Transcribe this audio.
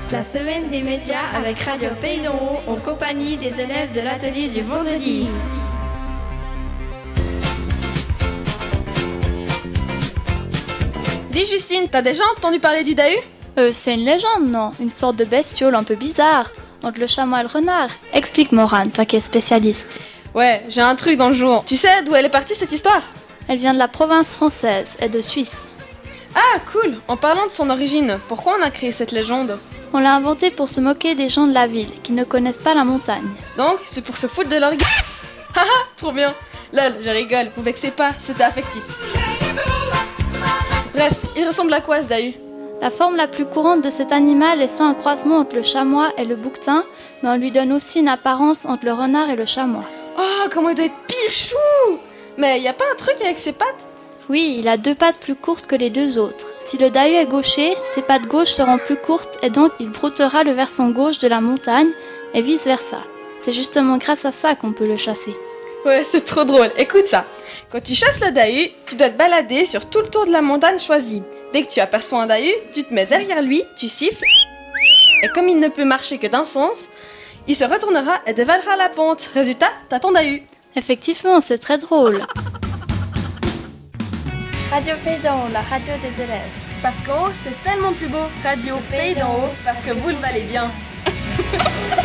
La semaine des médias avec Radio Pays d'en Haut en compagnie des élèves de l'atelier du vendredi. Dis Justine, t'as déjà entendu parler du Dahu ? C'est une légende, non ? Une sorte de bestiole un peu bizarre, entre le chamois et le renard. Explique Morane, toi qui es spécialiste. Ouais, j'ai un truc dans le jour. Tu sais d'où elle est partie cette histoire ? Elle vient de la province française et de Suisse. Ah, cool. En parlant de son origine, pourquoi on a créé cette légende ? On l'a inventée pour se moquer des gens de la ville qui ne connaissent pas la montagne. Donc, c'est pour se foutre de leur gueule. Haha, trop bien. Lol, je rigole, vous vexez pas, c'était affectif. Bref, il ressemble à quoi ce Dahu ? La forme la plus courante de cet animal est soit un croisement entre le chamois et le bouquetin, mais on lui donne aussi une apparence entre le renard et le chamois. Oh, comment il doit être pichou ! Mais y a pas un truc avec ses pattes ? Oui, il a 2 pattes plus courtes que les 2 autres. Si le Dahu est gaucher, ses pattes gauches seront plus courtes et donc il broutera le versant gauche de la montagne et vice versa. C'est justement grâce à ça qu'on peut le chasser. Ouais, c'est trop drôle. Écoute ça. Quand tu chasses le Dahu, tu dois te balader sur tout le tour de la montagne choisie. Dès que tu aperçois un Dahu, tu te mets derrière lui, tu siffles. Et comme il ne peut marcher que d'un sens, il se retournera et dévalera la pente. Résultat, t'as ton Dahu. Effectivement, c'est très drôle. Radio Pays d'en Haut, la radio des élèves. Parce qu'en haut, c'est tellement plus beau. Radio Pays d'en Haut, parce que vous le valez bien.